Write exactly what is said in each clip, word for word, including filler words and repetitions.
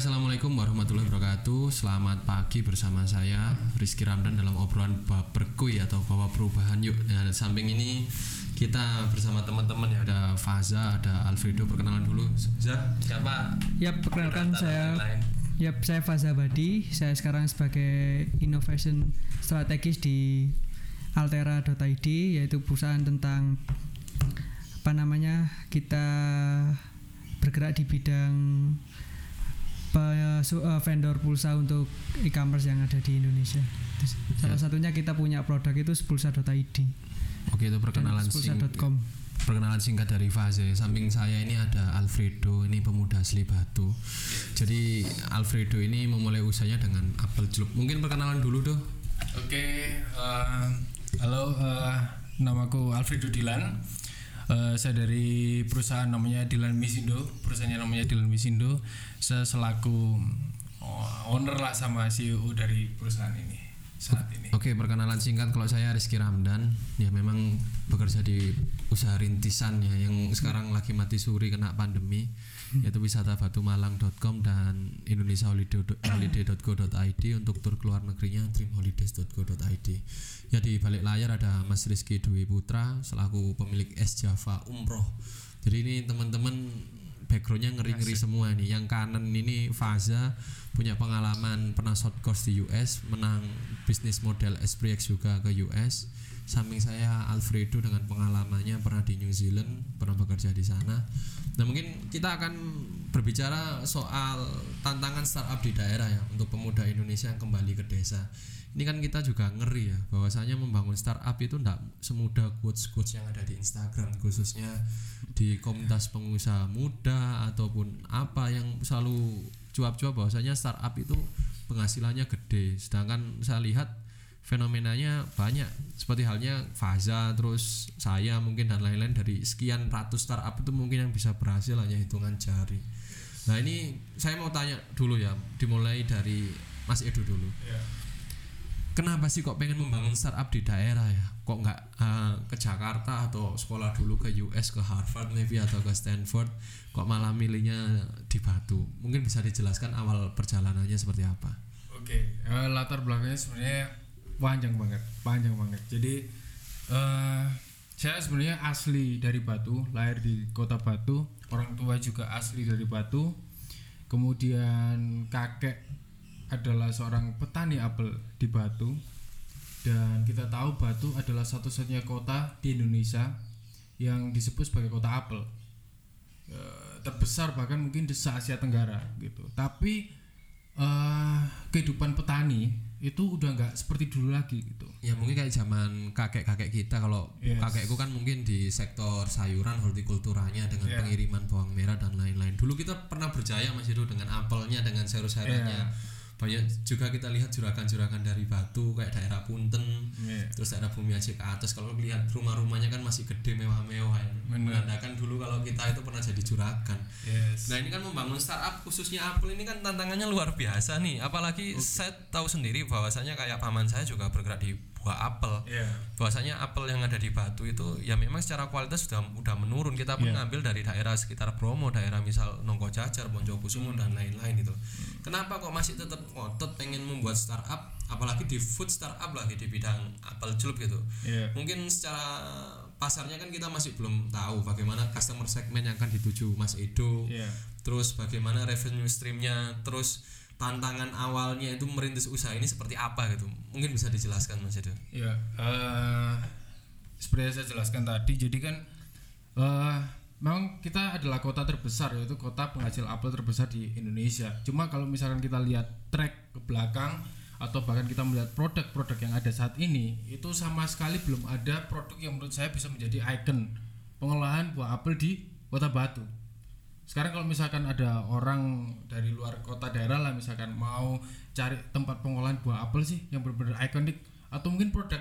Assalamualaikum warahmatullahi wabarakatuh. Selamat pagi bersama saya Rizky Ramdan dalam obrolan bab berkuy atau bawa perubahan yuk. Nah, samping ini kita bersama teman-teman ya, ada Faza, ada Alfredo. Perkenalan dulu. Faza, siapa? Ya, perkenalkan saya. Ya, saya Faza Badi. Saya sekarang sebagai Innovation Strategis di Altera dot I D, yaitu perusahaan tentang apa namanya? Kita bergerak di bidang vendor pulsa untuk e-commerce yang ada di Indonesia. Salah satunya kita punya produk itu spulsa dot I D. Oke, itu perkenalan spulsa dot com. Perkenalan singkat dari Faza. Samping saya ini ada Alfredo, ini pemuda asli Batu. Jadi Alfredo ini memulai usahanya dengan apel celup. Mungkin perkenalan dulu tuh. Oke, uh, halo, uh, namaku Alfredo Dilan. Uh, saya dari perusahaan namanya Dilan Misindo, perusahaannya namanya Dilan Misindo. Saya selaku owner lah sama C E O dari perusahaan ini saat ini. Oke, perkenalan singkat, kalau saya Rizky Ramdan, ya memang bekerja di usaha rintisan ya yang sekarang lagi mati suri kena pandemi, yaitu wisata batu malang dot com dan indonesia holiday dot co dot I D. Untuk tur keluar negerinya dream holidays dot co dot I D. Ya, di balik layar ada Mas Rizky Dwi Putra selaku pemilik Es Java Umroh. Jadi ini teman-teman backgroundnya ngeri-ngeri semua nih. Yang kanan ini Faza punya pengalaman pernah short course di U S, menang bisnis model Esprix juga ke U S. Samping saya Alfredo dengan pengalamannya pernah di New Zealand, pernah bekerja di sana. Nah, mungkin kita akan berbicara soal tantangan startup di daerah ya untuk pemuda Indonesia yang kembali ke desa. Ini kan kita juga ngeri ya, bahwasanya membangun startup itu tidak semudah quotes-quotes yang ada di Instagram, khususnya di komunitas pengusaha muda ataupun apa yang selalu cuap-cuap bahwasanya startup itu penghasilannya gede. Sedangkan saya lihat fenomenanya banyak, seperti halnya Faza, terus saya mungkin dan lain-lain, dari sekian ratus startup itu mungkin yang bisa berhasil hanya hitungan jari. Nah, ini saya mau tanya dulu ya, dimulai dari Mas Edo dulu. Yeah. Kenapa sih kok pengen membangun startup di daerah ya? Kok nggak uh, ke Jakarta atau sekolah dulu ke U S, ke Harvard maybe atau ke Stanford? Kok malah milihnya di Batu? Mungkin bisa dijelaskan awal perjalanannya seperti apa? Oke, uh, latar belakangnya sebenarnya panjang banget, panjang banget. Jadi uh, saya sebenarnya asli dari Batu, lahir di kota Batu. Orang tua juga asli dari Batu. Kemudian kakek adalah seorang petani apel di Batu, dan kita tahu Batu adalah satu-satunya kota di Indonesia yang disebut sebagai kota apel, e, terbesar bahkan mungkin di Asia Tenggara gitu. Tapi e, kehidupan petani itu udah nggak seperti dulu lagi gitu. Ya mungkin kayak zaman kakek-kakek kita. Kalau yes. kakekku kan mungkin di sektor sayuran hortikulturanya dengan yeah. pengiriman bawang merah dan lain-lain. Dulu kita pernah berjaya Mas itu dengan apelnya, dengan sayur-sayurannya. Yeah. Banyak juga kita lihat juragan-juragan dari Batu kayak daerah Punten, yeah. terus daerah Bumi Aceh ke atas. Kalau lihat rumah-rumahnya kan masih gede, mewah-mewah ya. Menandakan dulu kalau kita itu pernah jadi juragan. Yes. Nah, ini kan membangun startup khususnya apel ini kan tantangannya luar biasa nih. Apalagi okay. saya tahu sendiri bahwasanya kayak paman saya juga bergerak di buah apel. Yeah. Bahwasanya apel yang ada di Batu itu ya memang secara kualitas sudah udah menurun. Kita pun yeah. ngambil dari daerah sekitar Bromo, daerah misal Nongko Jajar, Bonjokusumo hmm. dan lain-lain itu. Hmm. Kenapa kok masih tetap ngotot pengen membuat startup, apalagi di food startup lagi di bidang apel celup gitu? Yeah. Mungkin secara pasarnya kan kita masih belum tahu bagaimana customer segmen yang akan dituju Mas Edo. Yeah. Terus bagaimana revenue streamnya, terus tantangan awalnya itu merintis usaha ini seperti apa gitu? Mungkin bisa dijelaskan Mas Edo. Ya, uh, seperti yang saya jelaskan tadi, jadi kan uh, memang kita adalah kota terbesar, yaitu kota penghasil apel terbesar di Indonesia. Cuma kalau misalkan kita lihat track ke belakang atau bahkan kita melihat produk-produk yang ada saat ini, itu sama sekali belum ada produk yang menurut saya bisa menjadi ikon pengolahan buah apel di kota Batu. Sekarang kalau misalkan ada orang dari luar kota daerah lah, misalkan mau cari tempat pengolahan buah apel sih yang benar-benar ikonik, atau mungkin produk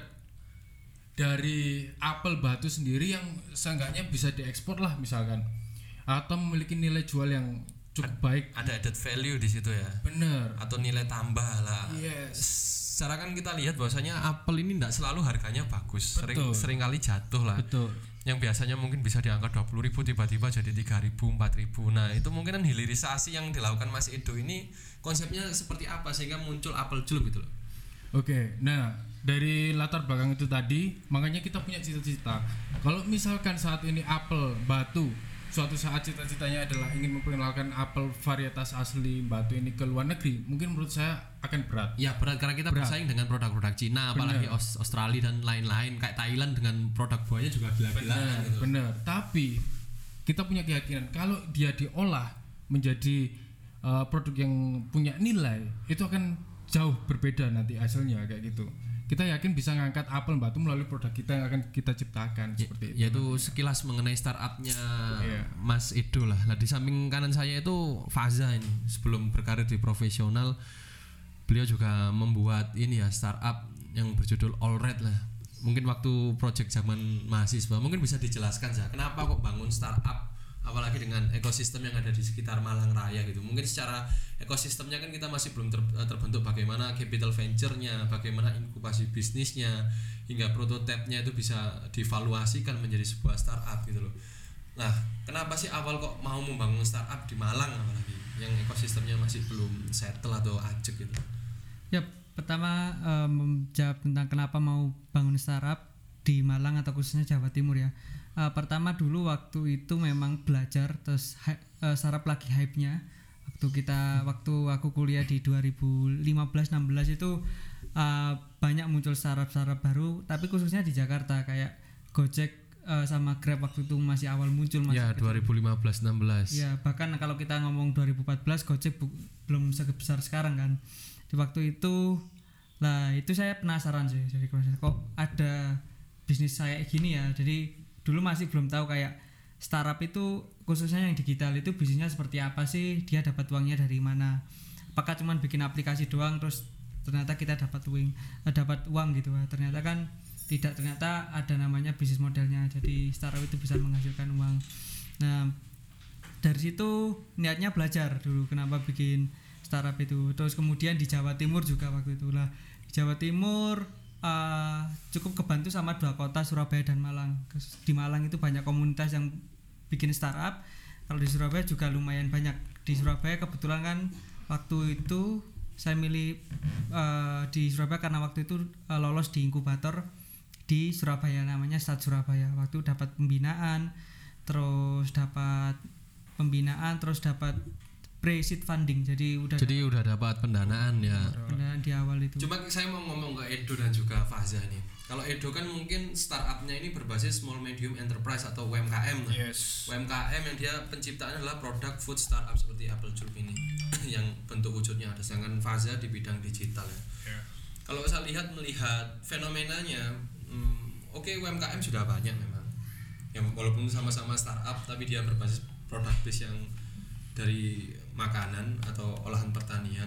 dari apel Batu sendiri yang seenggaknya bisa diekspor lah misalkan, atau memiliki nilai jual yang cukup A- baik, ada added value di situ ya. Bener. Atau nilai tambah lah. Yes. Secara kan kita lihat bahwasanya apel ini tidak selalu harganya bagus. Sering Betul. sering kali jatuh lah. Betul. yang biasanya mungkin bisa diangkat dua puluh ribu tiba-tiba jadi tiga ribu, empat ribu. Nah itu mungkin kan hilirisasi yang dilakukan Mas Edo ini konsepnya seperti apa sehingga muncul Apple Julep gitu loh. Oke, nah dari latar belakang itu tadi makanya kita punya cita-cita. Kalau misalkan saat ini Apple Batu suatu saat cita-citanya adalah ingin memperkenalkan apel varietas asli Batu ini ke luar negeri, mungkin menurut saya akan berat. Ya berat karena kita berat. bersaing dengan produk-produk Cina, apalagi Aus- Australia dan lain-lain, kayak Thailand dengan produk buahnya juga gila-gilaan. Gitu. Bener. Tapi kita punya keyakinan kalau dia diolah menjadi uh, produk yang punya nilai, itu akan jauh berbeda nanti hasilnya kayak gitu. Kita yakin bisa ngangkat apel Batu melalui produk kita yang akan kita ciptakan ya, seperti itu. Yaitu sekilas mengenai startupnya yeah. Mas Edo lah. Nah, di samping kanan saya itu Faza ini. Sebelum berkarir di profesional, beliau juga membuat ini ya startup yang berjudul Allred lah. Mungkin waktu project zaman mahasiswa, mungkin bisa dijelaskan ya kenapa kok bangun startup, apalagi dengan ekosistem yang ada di sekitar Malang Raya gitu. Mungkin secara ekosistemnya kan kita masih belum ter, terbentuk bagaimana capital venture-nya, bagaimana inkubasi bisnisnya, hingga prototipenya itu bisa divaluasikan menjadi sebuah startup gitu loh. Nah, kenapa sih awal kok mau membangun startup di Malang apalagi yang ekosistemnya masih belum settle atau ajek gitu? Ya, pertama um, menjawab tentang kenapa mau bangun startup di Malang atau khususnya Jawa Timur ya. Uh, pertama dulu waktu itu memang belajar terus uh, startup lagi hype-nya. Waktu kita waktu aku kuliah di dua ribu lima belas enam belas itu uh, banyak muncul startup-startup baru, tapi khususnya di Jakarta kayak Gojek uh, sama Grab waktu itu masih awal muncul masih ya dua ribu lima belas enam belas. Ya, bahkan kalau kita ngomong dua ribu empat belas Gojek bu- belum sebesar sekarang kan. Di waktu itu lah itu saya penasaran sih, jadi kok ada bisnis saya gini ya. Jadi dulu masih belum tahu kayak startup itu khususnya yang digital itu bisnisnya seperti apa sih, dia dapat uangnya dari mana, apakah cuma bikin aplikasi doang terus ternyata kita dapat uang eh, dapat uang gitu. Ternyata kan tidak, ternyata ada namanya bisnis modelnya, jadi startup itu bisa menghasilkan uang. Nah dari situ niatnya belajar dulu kenapa bikin startup itu. Terus kemudian di Jawa Timur juga waktu itu lah, di Jawa Timur uh, cukup kebantu sama dua kota Surabaya dan Malang. Di Malang itu banyak komunitas yang bikin startup, kalau di Surabaya juga lumayan banyak. Di Surabaya kebetulan kan waktu itu saya milih uh, di Surabaya karena waktu itu uh, lolos di inkubator di Surabaya namanya Start Surabaya. Waktu dapat pembinaan, terus dapat pembinaan, terus dapat pre-seed funding, jadi udah jadi udah dapat pendanaan ya. Pendanaan di awal itu. Cuma saya mau ngomong ke Edo dan juga Faza nih. Kalau Edo kan mungkin startupnya ini berbasis small medium enterprise atau U M K M. Yes. U M K M yang dia penciptaannya adalah produk food startup seperti Apple Julep ini yang bentuk wujudnya ada. Sedangkan Faza di bidang digital ya. Yeah. Kalau saya lihat melihat fenomenanya, hmm, oke okay, U M K M sudah banyak memang. Yang walaupun sama-sama startup tapi dia berbasis produk base yang dari makanan atau olahan pertanian.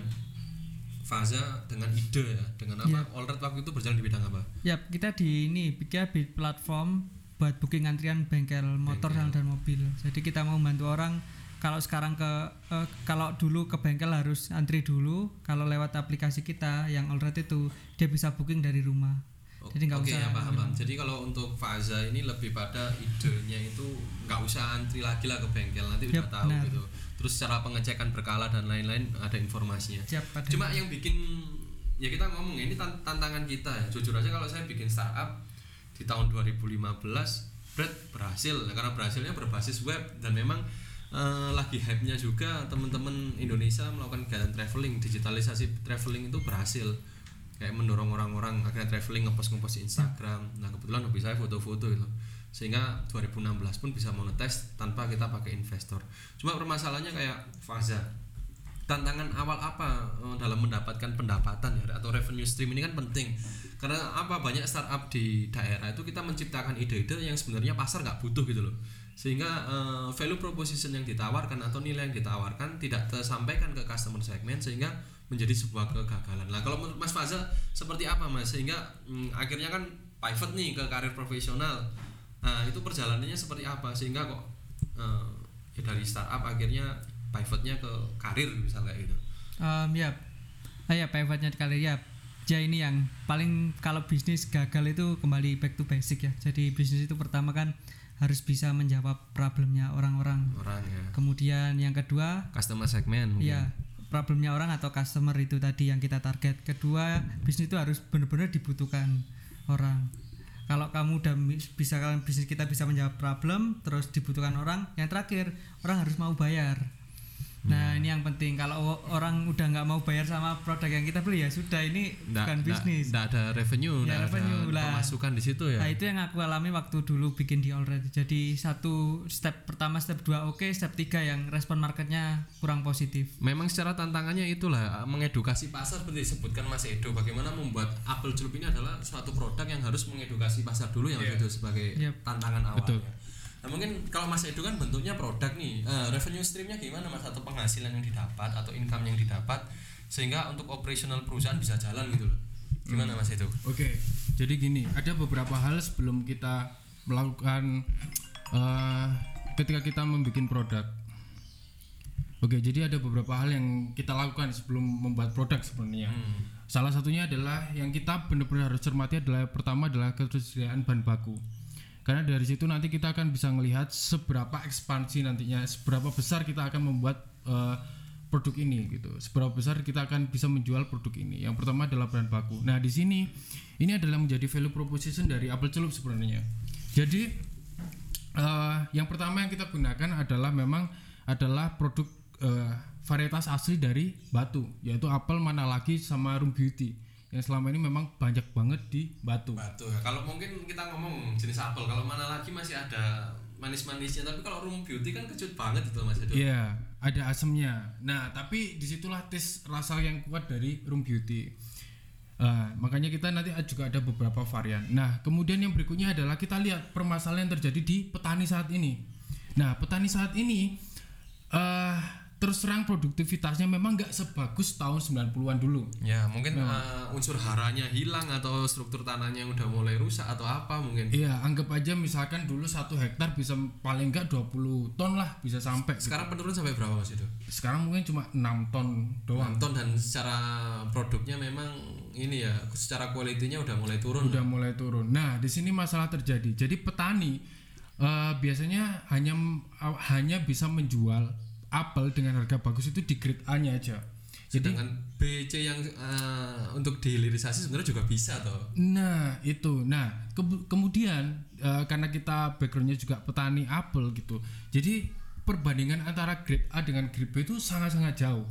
Faza dengan ide ya, dengan apa? Yeah. Allred waktu itu berjalan di bidang apa? Ya, kita di ini bikin platform buat booking antrian bengkel motor bengkel. dan mobil. Jadi kita mau bantu orang kalau sekarang ke uh, kalau dulu ke bengkel harus antri dulu, kalau lewat aplikasi kita yang Allred itu dia bisa booking dari rumah. Jadi nggak okay, usah. Ya, paham, paham. Jadi kalau untuk Faza ini lebih pada idenya itu nggak usah antri lagi lah ke bengkel, nanti yep, udah tahu benar. Gitu. Terus cara pengecekan berkala dan lain-lain ada informasinya. Siap, cuma yang bikin ya kita ngomong ini tantangan kita ya. Jujur aja kalau saya bikin startup di tahun dua ribu lima belas berat berhasil karena berhasilnya berbasis web dan memang uh, lagi hype-nya juga teman-teman Indonesia melakukan kegiatan traveling, digitalisasi traveling itu berhasil. Kayak mendorong orang-orang akhirnya traveling ngepost-ngepost di Instagram. Nah kebetulan hobi saya foto-foto itu, sehingga dua ribu enam belas pun bisa monetize tanpa kita pakai investor. Cuma permasalahannya kayak Faza, tantangan awal apa dalam mendapatkan pendapatan ya atau revenue stream ini kan penting. Karena apa, banyak startup di daerah itu kita menciptakan ide-ide yang sebenarnya pasar nggak butuh gitu loh, sehingga uh, value proposition yang ditawarkan atau nilai yang ditawarkan tidak tersampaikan ke customer segment sehingga menjadi sebuah kegagalan. Nah kalau menurut Mas Faza seperti apa Mas, sehingga hmm, akhirnya kan pivot nih ke karir profesional. Nah itu perjalanannya seperti apa sehingga kok uh, ya dari startup akhirnya pivotnya ke karir misalnya kayak gitu. Um, ya, ah, ya pivotnya ke karir ya. Ya ini yang paling kalau bisnis gagal itu kembali back to basic ya. Jadi bisnis itu pertama kan harus bisa menjawab problemnya orang-orang. Orang ya. Kemudian yang kedua, customer segment mungkin. Iya, problemnya orang atau customer itu tadi yang kita target. Kedua, bisnis itu harus benar-benar dibutuhkan orang. Kalau kamu udah bisa, kalian bisnis kita bisa menjawab problem, terus dibutuhkan orang. Yang terakhir, orang harus mau bayar. Nah, hmm. ini yang penting. Kalau orang udah nggak mau bayar sama produk yang kita beli, ya sudah, ini nggak, bukan bisnis. Nggak ada revenue, nggak ya, revenue ada lah. pemasukan di situ ya. Nah, itu yang aku alami waktu dulu bikin di Allred. Jadi satu step pertama, step dua oke, okay, step tiga yang respon marketnya kurang positif. Memang secara tantangannya itulah mengedukasi pasar seperti disebutkan Mas Edo. Bagaimana membuat apel celup ini adalah suatu produk yang harus mengedukasi pasar dulu yang yeah. itu sebagai yep. tantangan awalnya. Betul. Nah, mungkin kalau Mas Edo kan bentuknya produk nih, uh, revenue streamnya gimana Mas, atau penghasilan yang didapat atau income yang didapat sehingga untuk operasional perusahaan bisa jalan gitu loh. Gimana hmm. Mas Edo? Oke, okay. Jadi gini, ada beberapa hal sebelum kita melakukan uh, ketika kita membuat produk. Oke, okay, jadi ada beberapa hal yang kita lakukan sebelum membuat produk sebenarnya. Hmm. Salah satunya adalah yang kita benar-benar harus cermati adalah pertama adalah ketersediaan bahan baku. Karena dari situ nanti kita akan bisa melihat seberapa ekspansi nantinya, seberapa besar kita akan membuat uh, produk ini gitu. Seberapa besar kita akan bisa menjual produk ini. Yang pertama adalah bahan baku. Nah, di sini ini adalah menjadi value proposition dari apel celup sebenarnya. Jadi uh, yang pertama yang kita gunakan adalah memang adalah produk uh, varietas asli dari Batu, yaitu apel Manalagi sama Room Beauty. Yang selama ini memang banyak banget di Batu. Batu. Kalau mungkin kita ngomong jenis apel, kalau mana lagi masih ada manis-manisnya, tapi kalau Room Beauty kan kecut banget itu Mas Edo. Iya, ada asemnya. Nah, tapi disitulah tes rasa yang kuat dari Room Beauty. Uh, makanya kita nanti juga ada beberapa varian. Nah, kemudian yang berikutnya adalah kita lihat permasalahan yang terjadi di petani saat ini. Nah, petani saat ini uh, terus terang produktivitasnya memang nggak sebagus tahun sembilan puluhan dulu. Ya, mungkin nah, uh, unsur haranya hilang atau struktur tanahnya yang udah mulai rusak atau apa mungkin. Iya, anggap aja misalkan dulu satu hektar bisa paling nggak dua puluh ton lah bisa sampai. Sekarang gitu. Penurun sampai berapa Mas itu? Sekarang mungkin cuma enam ton doang. enam ton, dan secara produknya memang ini ya, secara kualitinya udah mulai turun. Udah mulai turun. Nah, di sini masalah terjadi. Jadi petani uh, biasanya hanya uh, hanya bisa menjual apel dengan harga bagus itu di grade A-nya aja. Jadi dengan B, C yang uh, untuk dihilirisasi sebenarnya juga bisa toh. Nah, itu. Nah, ke- kemudian uh, karena kita backgroundnya juga petani apel gitu. Jadi perbandingan antara grade A dengan grade B itu sangat-sangat jauh.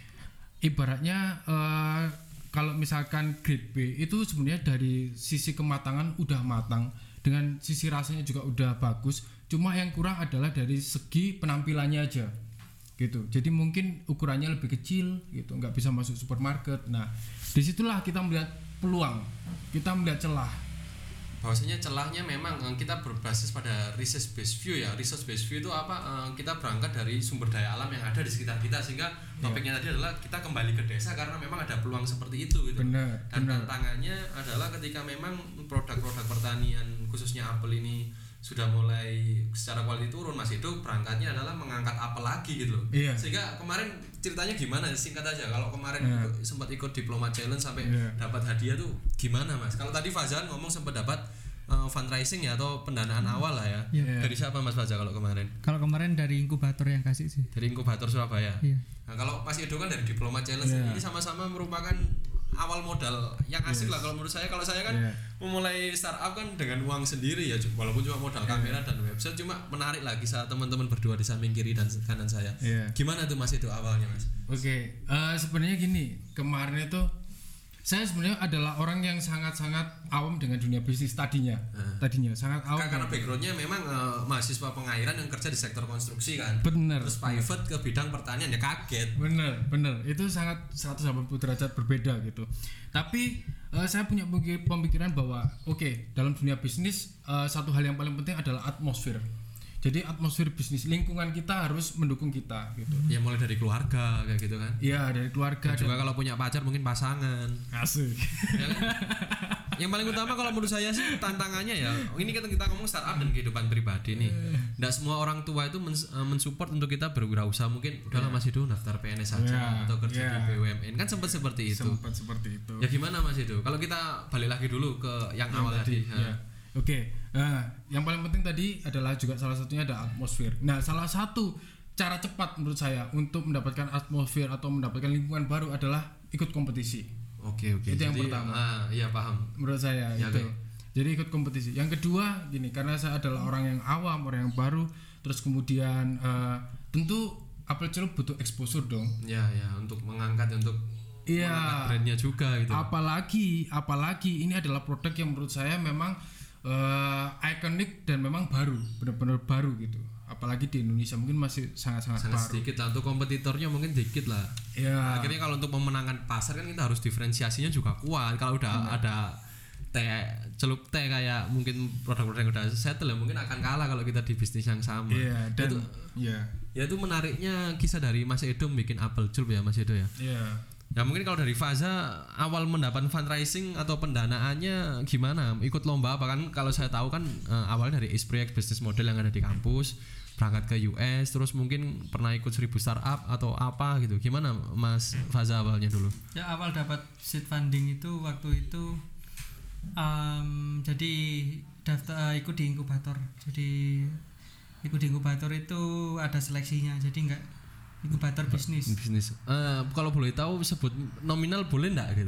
Ibaratnya uh, kalau misalkan grade B itu sebenarnya dari sisi kematangan udah matang, dengan sisi rasanya juga udah bagus. Cuma yang kurang adalah dari segi penampilannya aja. Gitu, jadi mungkin ukurannya lebih kecil gitu, nggak bisa masuk supermarket. Nah, disitulah kita melihat peluang, kita melihat celah. Bahwasanya celahnya memang kita berbasis pada research based view ya. Research based view itu apa? Kita berangkat dari sumber daya alam yang ada di sekitar kita, sehingga topiknya yeah. tadi adalah kita kembali ke desa karena memang ada peluang seperti itu gitu. Benar, Dan benar. tantangannya adalah ketika memang produk-produk pertanian khususnya apel ini sudah mulai secara kualitas turun, Mas, itu berangkatnya adalah mengangkat apel lagi gitu loh. Iya. Sehingga kemarin ceritanya gimana? Singkat aja. Kalau kemarin yeah. ikut, sempat ikut Diploma Challenge sampai yeah. dapat hadiah tuh gimana, Mas? Kalau tadi Fazan ngomong sempat dapat uh, fundraising ya atau pendanaan hmm. awal lah ya. Yeah. Dari siapa Mas Fazan kalau kemarin? Kalau kemarin dari inkubator yang kasih sih. Dari inkubator Surabaya. Yeah. Nah, kalau Mas Edo kan dari Diploma Challenge, yeah. ini sama-sama merupakan awal modal yang asik yes. lah kalau menurut saya. Kalau saya kan yeah. memulai startup kan dengan uang sendiri ya, walaupun cuma modal yeah. kamera dan website, cuma menarik lagi saat teman-teman berdua di samping kiri dan kanan saya. Yeah. Gimana tuh Mas itu awalnya, Mas? Oke, okay. uh, sebenarnya gini, kemarin itu saya sebenarnya adalah orang yang sangat-sangat awam dengan dunia bisnis tadinya. Uh. Tadinya sangat awam. Karena backgroundnya memang uh, mahasiswa pengairan yang kerja di sektor konstruksi kan. Bener. Terus pivot ke bidang pertanian ya kaget. Bener, bener. Itu sangat seratus delapan puluh derajat berbeda gitu. Tapi uh, saya punya pemikiran bahwa oke, okay, dalam dunia bisnis uh, satu hal yang paling penting adalah atmosfer. Jadi atmosfer bisnis, lingkungan kita harus mendukung kita gitu. Ya mulai dari keluarga kayak gitu kan. Iya, dari keluarga. Dan juga kalau punya pacar mungkin pasangan. Asik. Ya kan? Yang paling utama kalau menurut saya sih tantangannya ya, ini kita kita ngomong startup dan kehidupan pribadi nih. Nggak semua orang tua itu mens- mensupport untuk kita berwirausaha. Mungkin udahlah yeah. masih dulu daftar P N S saja yeah. atau kerja yeah. di B U M N kan sempat seperti itu. Sempat seperti itu. Ya gimana Mas itu? Kalau kita balik lagi dulu ke yang, yang awal tadi. tadi ya. Oke, nah yang paling penting tadi adalah juga salah satunya ada atmosfer. Nah salah satu cara cepat menurut saya untuk mendapatkan atmosfer atau mendapatkan lingkungan baru adalah ikut kompetisi. Oke oke. Itu yang Jadi, pertama. Ah, iya paham. Menurut saya Ya, itu. oke. Jadi ikut kompetisi. Yang kedua gini, karena saya adalah orang yang awam, orang yang baru, terus kemudian uh, tentu Apple Celup butuh exposure dong. Ya ya untuk mengangkat untuk Iya. mengangkat brandnya juga gitu. Apalagi apalagi ini adalah produk yang menurut saya memang uh, ikonik dan memang baru, benar-benar baru gitu. Apalagi di Indonesia mungkin masih sangat-sangat Sangat baru. sedikit lah untuk kompetitornya mungkin dikit lah. Ya. Akhirnya kalau untuk memenangkan pasar kan kita harus diferensiasinya juga kuat. Kalau udah hmm. ada teh celup teh kayak mungkin produk-produk yang udah settle ya mungkin akan kalah kalau kita di bisnis yang sama. Iya, dan itu, ya. Ya itu menariknya kisah dari Mas Edo bikin Apple Celup ya Mas Edo ya. Iya. Ya mungkin kalau dari Faza awal mendapat fundraising atau pendanaannya gimana? Ikut lomba apa kan? Kalau saya tahu kan uh, awalnya dari Isprex Business Model yang ada di kampus, berangkat ke U S, terus mungkin pernah ikut seribu startup atau apa gitu. Gimana Mas Faza awalnya dulu? Ya awal dapat seed funding itu waktu itu um, jadi daftar uh, ikut di inkubator. Jadi ikut di inkubator itu ada seleksinya. Jadi enggak inkubator bisnis. Bisnis. Uh, kalau boleh tahu sebut nominal boleh enggak gitu?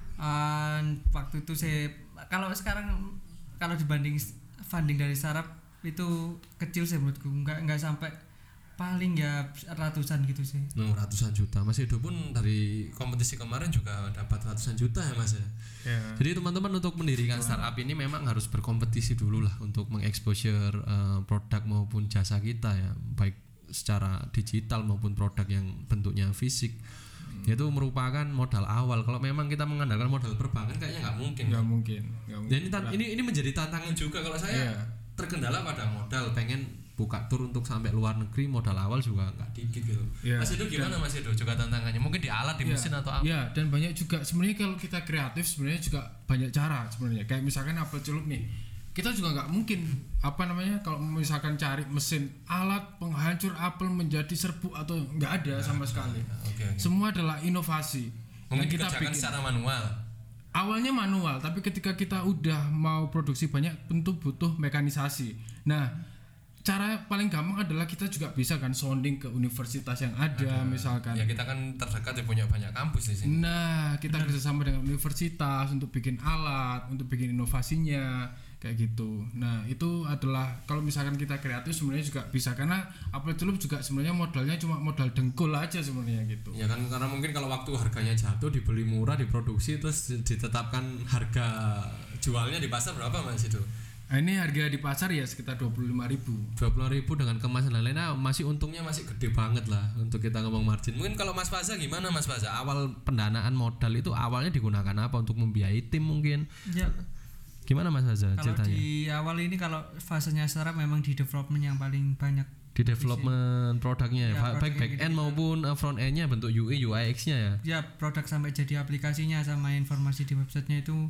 Uh, waktu itu saya kalau sekarang kalau dibanding funding dari startup itu kecil sih menurutku, enggak enggak sampai paling ya ratusan gitu sih. No, ratusan juta. Mas Edo pun dari kompetisi kemarin juga dapat ratusan juta ya Mas ya. Yeah. Jadi teman-teman untuk mendirikan startup ini memang harus berkompetisi dulu lah untuk mengeksposure uh, produk maupun jasa kita ya, baik secara digital maupun produk yang bentuknya fisik. Hmm. Itu merupakan modal awal. Kalau memang kita mengandalkan modal perbankan kayaknya nggak mungkin. Nggak mungkin. Nggak mungkin. Dan ini, ini ini menjadi tantangan juga kalau saya yeah. terkendala pada modal, pengen buka tur untuk sampai luar negeri, modal awal juga nggak dikit gitu. Yeah. Mas Edo gimana Mas Edo? Juga tantangannya mungkin di alat, di yeah. mesin atau apa? Ya, yeah. dan banyak juga sebenarnya kalau kita kreatif sebenarnya juga banyak cara sebenarnya. Kayak misalkan Apple Celup nih, kita juga nggak mungkin apa namanya kalau misalkan cari mesin alat penghancur apel menjadi serbuk atau nggak ada nah, sama sekali. Okay, okay. Semua adalah inovasi. Mungkin kita bikin secara manual. Awalnya manual, tapi ketika kita udah mau produksi banyak, tentu butuh mekanisasi. Nah, cara paling gampang adalah kita juga bisa kan sounding ke universitas yang ada, ada. Misalkan. Ya kita kan terdekat ya punya banyak kampus di sini. Nah, kita kerjasama dengan universitas untuk bikin alat, untuk bikin inovasinya. Kayak gitu. Nah itu adalah kalau misalkan kita kreatif sebenarnya juga bisa, karena Apple Celup juga sebenarnya modalnya cuma modal dengkul aja sebenarnya gitu. Ya kan karena mungkin kalau waktu harganya jatuh, dibeli murah, diproduksi terus ditetapkan harga jualnya di pasar berapa Mas itu? Nah, ini harga di pasar ya sekitar dua puluh lima ribu. dua puluh lima ribu dengan kemasan dan lain-lain, nah, masih untungnya masih gede banget lah untuk kita ngomong margin. Mungkin kalau Mas Faza gimana Mas Faza? Awal pendanaan modal itu awalnya digunakan apa untuk membiayai tim mungkin? Ya. Gimana Mas Faza kalau ceritanya? Di awal ini kalau fasenya startup memang di development yang paling banyak. Di development produknya ya, baik back end maupun front end-nya, bentuk U I U X-nya ya. Ya, produk sampai jadi aplikasinya sama informasi di websitenya itu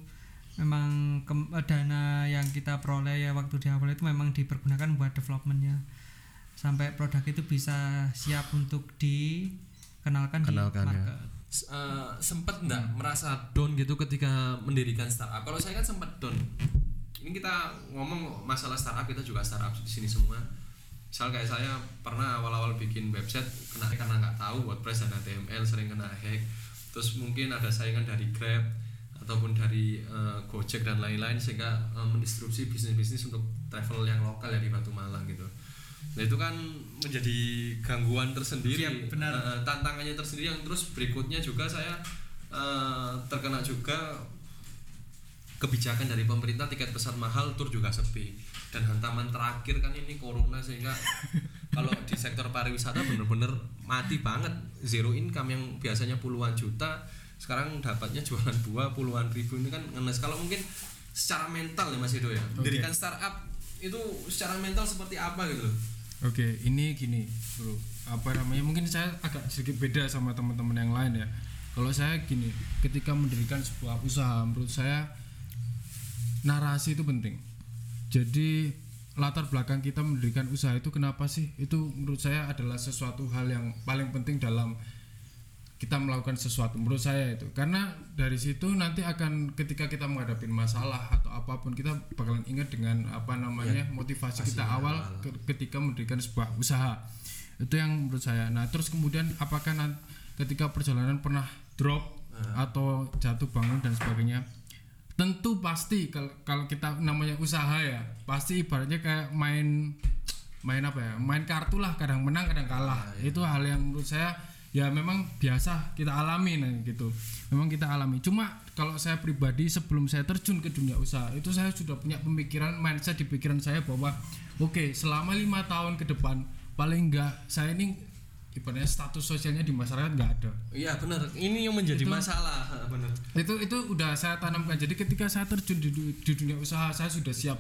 memang ke, dana yang kita peroleh ya waktu di awal itu memang dipergunakan buat developmentnya sampai produk itu bisa siap untuk dikenalkan Kenalkan, di market. Ya. Uh, sempat enggak hmm. merasa down gitu ketika mendirikan startup? Kalau saya kan sempat down. Ini kita ngomong masalah startup, kita juga startup di sini semua. Misal kayak saya pernah awal-awal bikin website kena karena nggak tahu WordPress dan H T M L, sering kena hack. Terus mungkin ada saingan dari Grab ataupun dari uh, Gojek dan lain-lain sehingga uh, mendistribusi bisnis-bisnis untuk travel yang lokal ya di Batu Malang gitu. Nah itu kan menjadi gangguan tersendiri, ya, benar. Uh, tantangannya tersendiri. Yang terus berikutnya juga saya uh, terkena juga kebijakan dari pemerintah, tiket pesawat mahal, tur juga sepi, dan hantaman terakhir kan ini corona sehingga kalau di sektor pariwisata bener-bener mati banget. Zero income yang biasanya puluhan juta sekarang dapatnya jualan buah puluhan ribu, ini kan ngenes. Kalau mungkin secara mental ya Mas Edo ya, mendirikan okay. startup itu secara mental seperti apa gitu loh? Oke, okay, ini gini bro, apa namanya, mungkin saya agak sedikit beda sama teman-teman yang lain ya. Kalau saya gini, ketika mendirikan sebuah usaha, menurut saya narasi itu penting. Jadi latar belakang kita mendirikan usaha itu kenapa sih? Itu menurut saya adalah sesuatu hal yang paling penting dalam kita melakukan sesuatu, menurut saya itu. Karena dari situ nanti akan ketika kita menghadapi masalah atau apapun, kita bakalan ingat dengan apa namanya ya, motivasi kita awal ke, ketika mendirikan sebuah usaha. Itu yang menurut saya. Nah terus kemudian apakah nanti ketika perjalanan pernah drop uh. atau jatuh bangun dan sebagainya, tentu pasti kalau kalau kita namanya usaha ya pasti ibaratnya kayak main main apa ya main kartu lah, kadang menang kadang kalah. uh, iya. Itu hal yang menurut saya ya memang biasa kita alami nah gitu, memang kita alami. Cuma kalau saya pribadi sebelum saya terjun ke dunia usaha itu saya sudah punya pemikiran, mindset di pikiran saya bahwa oke okay, selama lima tahun ke depan paling enggak saya ini ibaratnya status sosialnya di masyarakat nggak ada. Iya benar, ini yang menjadi itu, masalah. Benar. Itu itu udah saya tanamkan. Jadi ketika saya terjun di, di dunia usaha saya sudah siap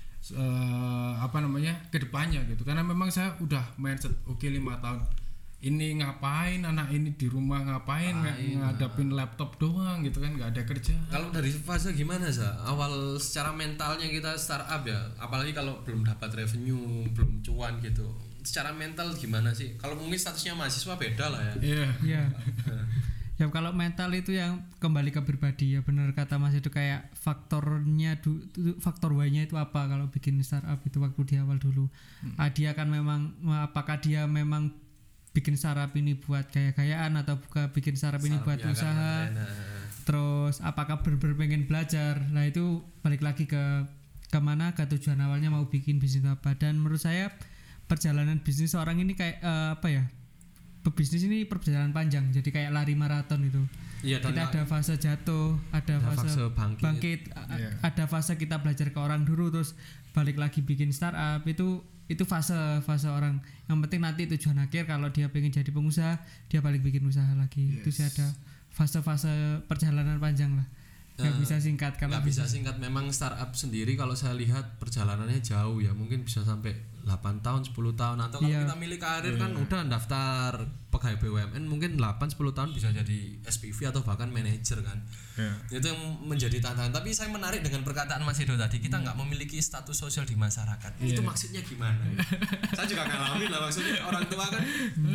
uh, apa namanya ke depannya gitu. Karena memang saya udah mindset oke okay, lima tahun ini ngapain, anak ini di rumah ngapain, ng- ngadapin laptop doang gitu kan, nggak ada kerja. Kalau dari fase gimana sih? Awal secara mentalnya kita startup ya, apalagi kalau belum dapat revenue, belum cuan gitu. Secara mental gimana sih? Kalau mungkin statusnya mahasiswa beda lah ya. Iya. Yeah. Yeah. Ya kalau mental itu yang kembali ke pribadi ya, benar kata Mas itu kayak faktornya du, faktor Y-nya itu apa kalau bikin startup itu waktu di awal dulu. Hmm. Ah, dia kan memang apakah dia memang bikin startup ini buat gaya-gayaan atau bukan bikin startup ini buat ya usaha. Kan, terus apakah benar-benar pengen belajar? Nah itu balik lagi ke kemana, ke tujuan awalnya mau bikin bisnis apa. Dan menurut saya perjalanan bisnis seorang ini kayak uh, apa ya? Bisnis ini perjalanan panjang, jadi kayak lari maraton itu. Iya, kita ada fase jatuh, ada, ada fase, fase bangkit, bangkit yeah. ada fase kita belajar ke orang dulu, terus balik lagi bikin startup. Itu itu fase fase orang. Yang penting nanti tujuan akhir kalau dia pengen jadi pengusaha, dia balik bikin usaha lagi. Yes. Itu sih ada fase-fase perjalanan panjang lah. Gak uh, bisa singkat kalau gak bisa singkat. Memang startup sendiri kalau saya lihat perjalanannya jauh ya, mungkin bisa sampai delapan tahun, sepuluh tahun. Atau kalau yeah. kita milih karir yeah. kan udah daftar pegawai B U M N mungkin delapan sampai sepuluh tahun bisa jadi S P V atau bahkan manajer kan. yeah. Itu yang menjadi tantangan. Tapi saya menarik dengan perkataan Mas Edo tadi, kita nggak yeah. memiliki status sosial di masyarakat. yeah. Itu maksudnya gimana ya? Saya juga ngalamin lah, maksudnya orang tua kan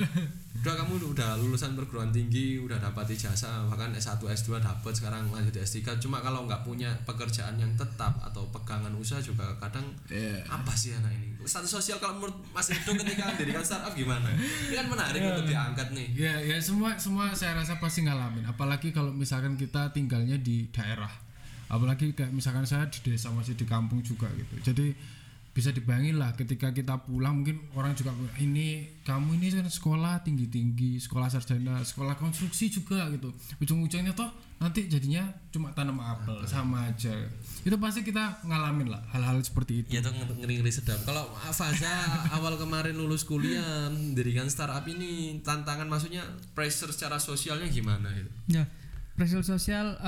udah kamu udah lulusan perguruan tinggi, udah dapat ijazah, bahkan S satu S dua dapat, sekarang lanjut S tiga. Cuma kalau nggak punya pekerjaan yang tetap atau pegangan usaha juga kadang yeah. apa sih anak ini? Status sosial kalau menurut Mas Edo ketika mendirikan startup gimana? Ini kan menarik yeah. untuk diangkat nih. Ya, yeah, ya yeah, semua semua saya rasa pasti ngalamin. Apalagi kalau misalkan kita tinggalnya di daerah, apalagi kayak misalkan saya di desa masih di kampung juga gitu. Jadi bisa dibayangin lah ketika kita pulang mungkin orang juga ini kamu ini kan sekolah tinggi-tinggi, sekolah sarjana, sekolah konstruksi juga gitu. Ujung-ujungnya toh nanti jadinya cuma tanam apel, sama aja. Itu pasti kita ngalamin lah hal-hal seperti itu. Ya itu ngeri-ngeri sedap. Kalau Faza awal kemarin lulus kuliah mendirikan startup ini, tantangan maksudnya pressure secara sosialnya gimana itu? Ya. Pressure sosial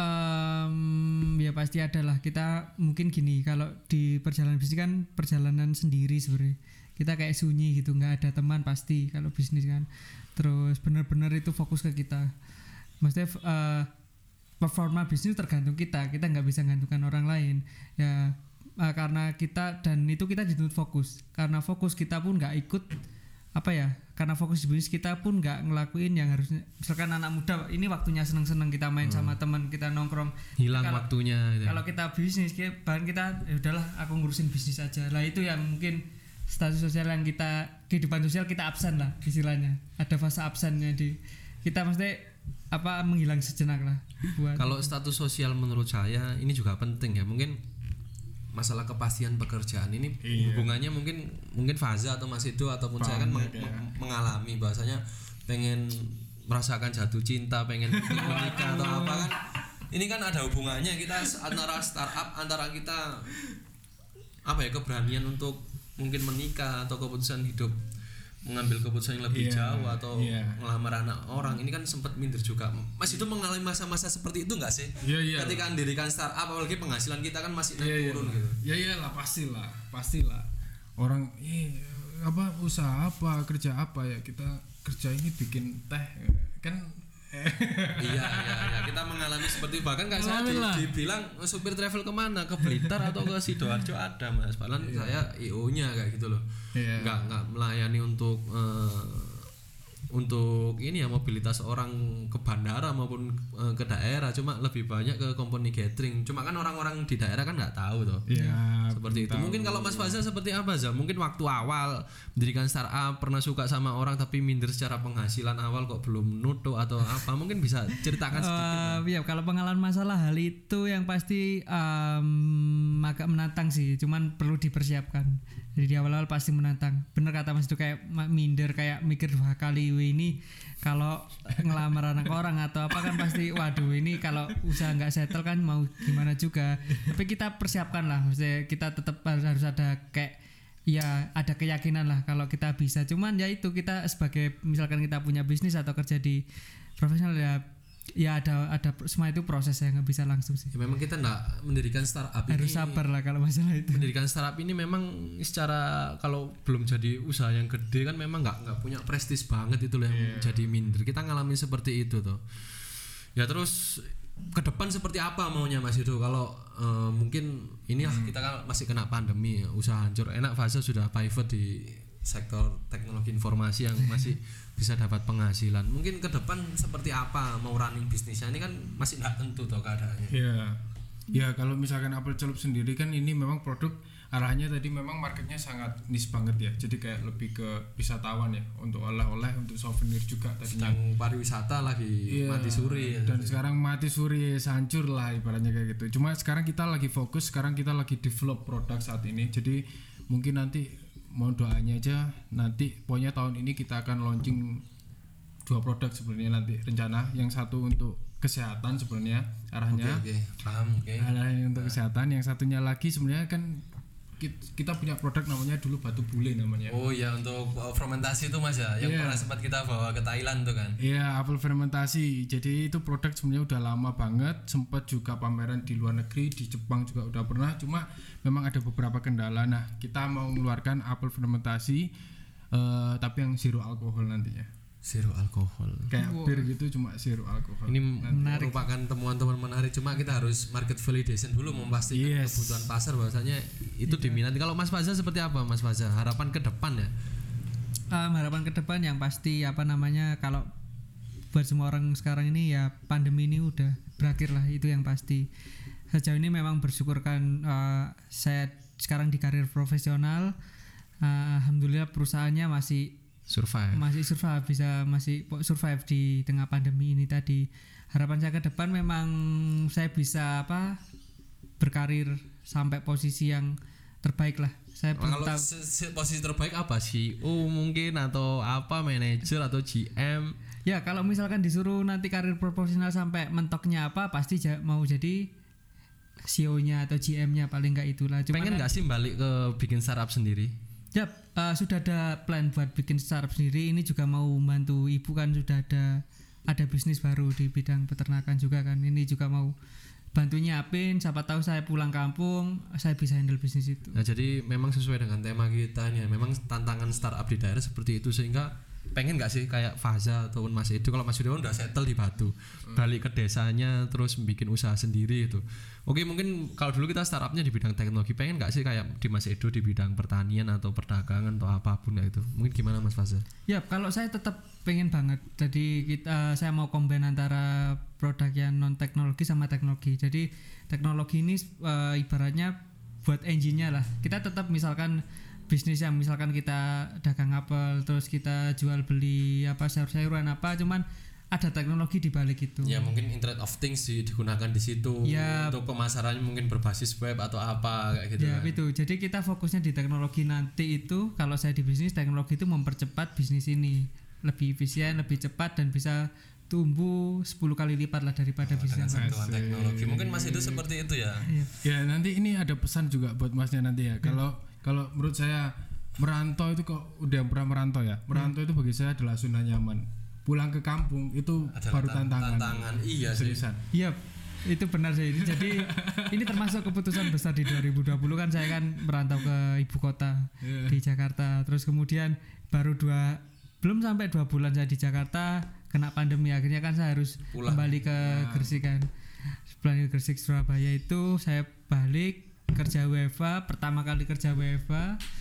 um, ya pasti ada lah. Kita mungkin gini, kalau di perjalanan bisnis kan perjalanan sendiri sebenarnya. Kita kayak sunyi gitu, nggak ada teman pasti kalau bisnis kan. Terus benar-benar itu fokus ke kita. Maksudnya uh, performa bisnis tergantung kita. Kita nggak bisa gantungkan orang lain. Ya uh, karena kita dan itu kita dituntut fokus. Karena fokus kita pun nggak ikut apa ya, karena fokus di bisnis kita pun nggak ngelakuin yang harusnya. Misalkan anak muda ini waktunya seneng-seneng kita main hmm. sama teman, kita nongkrong, hilang kalo, waktunya gitu. Kalau kita bisnis, bahan kita ya udahlah aku ngurusin bisnis aja lah. Itu yang mungkin status sosial yang kita, kehidupan sosial kita absen lah istilahnya. Ada fase absennya di kita, maksudnya apa, menghilang sejenak lah. Kalau status sosial menurut saya ini juga penting ya. Mungkin masalah kepastian pekerjaan ini iya. hubungannya mungkin mungkin Faza atau Mas Edo ataupun Banyak, saya kan meng- ya. mengalami bahwasanya pengen merasakan jatuh cinta, pengen menikah atau apa kan. Ini kan ada hubungannya kita antara startup, antara kita apa ya, keberanian untuk mungkin menikah atau keputusan hidup, mengambil keputusan yang lebih yeah, jauh atau yeah. melamar anak orang. Ini kan sempat minder juga. Mas itu mengalami masa-masa seperti itu nggak sih? Yeah, yeah. Ketika mendirikan startup, apalagi penghasilan kita kan masih naik yeah, turun yeah. gitu. Ya iyalah, pastilah, pastilah. Orang eh, apa usaha apa, kerja apa ya, kita kerja ini bikin teh kan. iya iya iya kita mengalami seperti, bahkan kayak saya di, dibilang supir travel kemana, ke Blitar atau ke Sidoarjo ada Mas, padahal yeah. saya I O nya kayak gitu loh. yeah. nggak nggak melayani untuk uh, untuk ini ya mobilitas orang ke bandara maupun uh, ke daerah, cuma lebih banyak ke company gathering. Cuma kan orang-orang di daerah kan nggak tahu tuh. Ya, seperti itu. tahu. Mungkin kalau Mas Faza seperti apa Za? Mungkin waktu awal mendirikan startup pernah suka sama orang tapi minder secara penghasilan awal kok belum nutup atau apa? Mungkin bisa ceritakan sedikit. Uh, ya kalau pengalaman masalah hal itu yang pasti um, agak menantang sih, cuman perlu dipersiapkan. Jadi di awal-awal pasti menantang. Bener kata Mas itu kayak minder, kayak mikir dua kali ini kalau ngelamar anak orang atau apa kan pasti waduh ini kalau usaha nggak settle kan mau gimana juga. Tapi kita persiapkan lah, maksudnya kita tetap harus ada kayak ya ada keyakinan lah kalau kita bisa. Cuman ya itu kita sebagai misalkan kita punya bisnis atau kerja di profesional ya ya ada ada semua itu proses yang nggak bisa langsung sih. Ya, memang kita nggak mendirikan startup harus ini, sabar lah kalau masalah itu. Mendirikan startup ini memang secara kalau belum jadi usaha yang gede kan memang nggak nggak punya prestis banget itu loh yang yeah. jadi minder. Kita ngalamin seperti itu tuh. Ya terus ke depan seperti apa maunya Mas itu kalau uh, mungkin ini lah hmm. kita kan masih kena pandemi ya, usaha hancur. Enak Faza sudah pivot di sektor teknologi informasi yang masih bisa dapat penghasilan. Mungkin ke depan seperti apa mau running bisnisnya ini kan masih nggak tentu toh keadaannya. Iya. Ya kalau misalkan Apple Celup sendiri kan ini memang produk arahnya tadi memang marketnya sangat niche banget ya. Jadi kayak lebih ke wisatawan ya, untuk oleh-oleh, untuk souvenir juga tadinya. Sedang pariwisata lagi yeah. mati suri ya. Dan sekarang mati suri hancur lah ibaratnya kayak gitu. Cuma sekarang kita lagi fokus, sekarang kita lagi develop produk saat ini. Jadi mungkin nanti mau doanya aja nanti pokoknya tahun ini kita akan launching dua produk sebenarnya nanti rencana. Yang satu untuk kesehatan sebenarnya arahnya. Oke, okay, okay. Paham, oke. Okay. Arahnya untuk nah. kesehatan. Yang satunya lagi sebenarnya kan kita punya produk namanya dulu batu bule namanya. Oh iya, untuk fermentasi itu Mas ya, yang yeah. pernah sempat kita bawa ke Thailand tuh kan. Iya, yeah, apel fermentasi. Jadi itu produk sebenarnya udah lama banget, sempat juga pameran di luar negeri, di Jepang juga udah pernah, cuma memang ada beberapa kendala. Nah, kita mau mengeluarkan apel fermentasi uh, tapi yang zero alkohol nantinya. Zero alkohol. Kayak wow. bir gitu cuma zero alkohol. Ini nanti merupakan temuan-temuan menarik, cuma kita harus market validation dulu memastikan yes. kebutuhan pasar bahwasanya itu yeah. diminati. Kalau Mas Faza seperti apa Mas Faza? Harapan ke depan ya? Um, harapan ke depan yang pasti apa namanya kalau buat semua orang sekarang ini ya pandemi ini udah berakhir lah, itu yang pasti. Sejauh ini memang bersyukur kan uh, saya sekarang di karir profesional, uh, alhamdulillah perusahaannya masih survive masih survive bisa masih survive di tengah pandemi ini tadi. Harapan saya ke depan memang saya bisa apa berkarir sampai posisi yang terbaik lah. Saya kalau tahu posisi terbaik apa sih? Oh mungkin atau apa manajer atau G M. Ya kalau misalkan disuruh nanti karir profesional sampai mentoknya apa pasti j- mau jadi C E O-nya atau G M-nya paling enggak itulah. Cuman pengen enggak sih balik ke bikin startup sendiri? Ya, uh, sudah ada plan buat bikin startup sendiri. Ini juga mau bantu ibu kan sudah ada ada bisnis baru di bidang peternakan juga kan. Ini juga mau bantu nyiapin. Siapa tahu saya pulang kampung, saya bisa handle bisnis itu. Nah, jadi memang sesuai dengan tema kita nih. Memang tantangan startup di daerah seperti itu sehingga pengen nggak sih kayak Faza ataupun Mas Edo, kalau Mas Edo udah settle di Batu, hmm. balik ke desanya terus bikin usaha sendiri itu. Oke, mungkin kalau dulu kita startupnya di bidang teknologi, pengen nggak sih kayak di Mas Edo di bidang pertanian atau perdagangan atau apapun ya itu. Mungkin gimana Mas Faza? Ya, kalau saya tetap pengen banget. Jadi kita saya mau combine antara produk yang non teknologi sama teknologi. Jadi teknologi ini uh, ibaratnya buat engine-nya lah. Kita tetap misalkan bisnis yang misalkan kita dagang apel terus kita jual beli apa sayur-sayuran apa, cuman ada teknologi di balik itu. Ya mungkin Internet of Things sih digunakan di situ ya, untuk pemasarannya mungkin berbasis web atau apa kayak gitu. Ya kan. itu. Jadi kita fokusnya di teknologi nanti itu. Kalau saya di bisnis, teknologi itu mempercepat bisnis ini lebih efisien, lebih cepat dan bisa tumbuh sepuluh kali lipat lah daripada oh, bisnis teknologi. Mungkin Mas itu seperti itu ya. Ya, ya nanti ini ada pesan juga buat Masnya nanti ya. Kalau ya. Kalau menurut saya merantau itu kok udah pernah merantau ya. Merantau hmm. itu bagi saya adalah zona nyaman. Pulang ke kampung itu adalah baru tantangan. Tantangan iya seriusan. Iya, itu benar sih. Jadi ini termasuk keputusan besar di dua ribu dua puluh kan saya kan merantau ke ibu kota yeah. di Jakarta. Terus kemudian baru dua belum sampai dua bulan saya di Jakarta kena pandemi, akhirnya kan saya harus pulang. Kembali ke nah. Gresik kan. Pulang ke Gresik Surabaya itu saya balik kerja W F H, pertama kali kerja W F H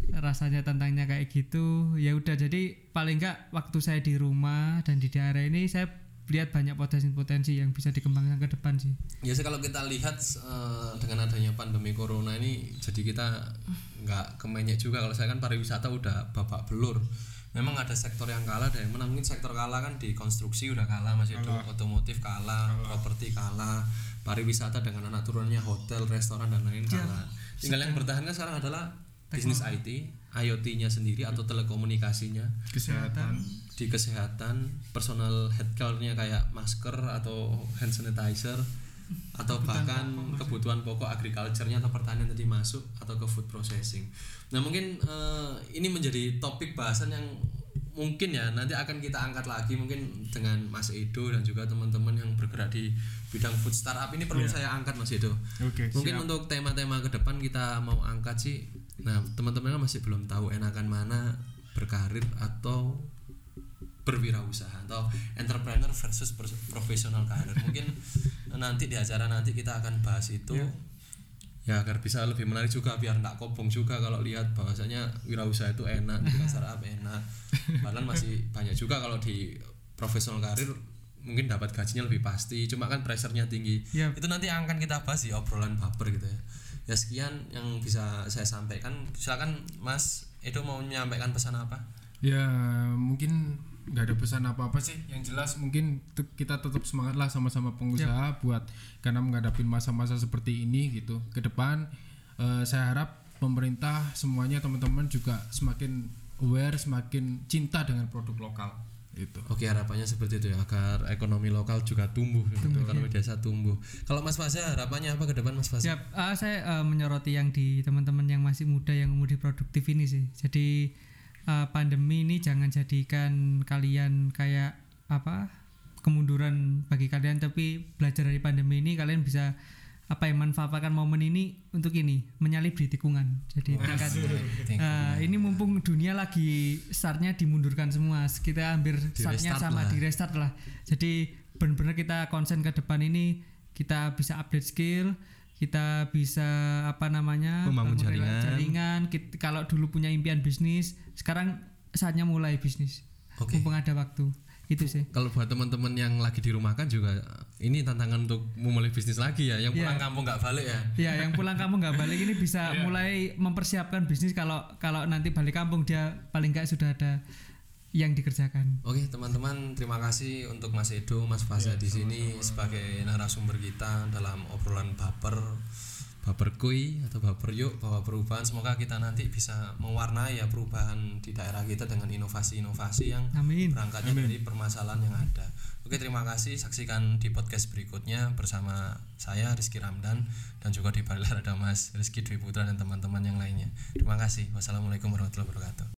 rasanya tantangnya kayak gitu. Ya udah, jadi paling enggak waktu saya di rumah dan di daerah ini saya lihat banyak potensi-potensi yang bisa dikembangkan ke depan sih. Ya sih, kalau kita lihat uh, dengan adanya pandemi corona ini, jadi kita nggak kemenyek juga. Kalau saya kan pariwisata udah babak belur. Memang ada sektor yang kalah, ada yang menang. Mungkin sektor kalah kan di konstruksi udah kalah, masih itu otomotif kalah, kalah, properti kalah, pariwisata dengan anak turunnya hotel, restoran dan lain ya, kalah. Tinggal yang bertahan kan sekarang adalah bisnis I T, I O T-nya sendiri atau telekomunikasinya, kesehatan, di kesehatan, personal healthcare-nya kayak masker atau hand sanitizer, atau kebutuhan bahkan pokok, kebutuhan pokok agriculture-nya atau pertanian tadi masuk, atau ke food processing. Nah mungkin uh, ini menjadi topik bahasan yang mungkin ya nanti akan kita angkat lagi mungkin dengan Mas Edo dan juga teman-teman yang bergerak di bidang food startup ini perlu yeah. saya angkat Mas Edo. Okay, mungkin siap. Untuk tema-tema ke depan kita mau angkat sih. Nah teman-teman kan masih belum tahu enakan mana berkarir atau berwirausaha atau entrepreneur versus profesional karir. Mungkin nanti di acara nanti kita akan bahas itu yeah. ya agar bisa lebih menarik juga, biar enggak kobong juga kalau lihat bahwasanya wirausaha itu enak, di startup enak. Padahal masih banyak juga kalau di profesional karir mungkin dapat gajinya lebih pasti, cuma kan pressure-nya tinggi. Yep. Itu nanti akan kita bahas di obrolan baper gitu ya. Ya sekian yang bisa saya sampaikan. Silakan Mas Edo mau menyampaikan pesan apa? Ya mungkin nggak ada pesan apa-apa sih, yang jelas mungkin t- kita tetap semangat lah sama-sama pengusaha yep. buat karena menghadapi masa-masa seperti ini gitu ke depan. Uh, saya harap pemerintah semuanya teman-teman juga semakin aware, semakin cinta dengan produk lokal itu. Oke, harapannya seperti itu ya, agar ekonomi lokal juga tumbuh, tumbuh ekonomi ya. Desa tumbuh. Kalau Mas Fasya harapannya apa ke depan Mas Fasya? Yep, uh, saya uh, menyoroti yang di teman-teman yang masih muda yang umur produktif ini sih. Jadi Uh, pandemi ini jangan jadikan kalian kayak apa kemunduran bagi kalian, tapi belajar dari pandemi ini kalian bisa apa ya manfaatkan momen ini untuk ini menyalip di tikungan. Jadi oh, tingkat, uh, ini mumpung dunia lagi startnya dimundurkan semua, kita hampir startnya sama lah. Di restart lah. Jadi benar-benar kita konsen ke depan ini, kita bisa update skill, kita bisa apa namanya membangun jaringan, jaringan. Kita, kalau dulu punya impian bisnis, sekarang saatnya mulai bisnis. Okay. Mumpung ada waktu. Itu sih. Kalau buat teman-teman yang lagi di rumah kan juga ini tantangan untuk memulai bisnis lagi ya. Yang pulang yeah. kampung nggak balik ya. Iya, yang pulang kampung nggak balik ini bisa yeah. mulai mempersiapkan bisnis. Kalau kalau nanti balik kampung dia paling nggak sudah ada yang dikerjakan. Oke teman-teman, terima kasih untuk Mas Edo, Mas Fasya ya, di sini sebagai narasumber kita dalam obrolan baper, baper kui atau baper yuk bahwa perubahan. Semoga kita nanti bisa mewarnai ya perubahan di daerah kita dengan inovasi-inovasi yang Amin. berangkatnya Amin. Dari permasalahan yang ada. Oke terima kasih, saksikan di podcast berikutnya bersama saya Rizky Ramdan dan juga di balik layar ada Mas Rizky Dwi Putra dan teman-teman yang lainnya. Terima kasih. Wassalamualaikum warahmatullahi wabarakatuh.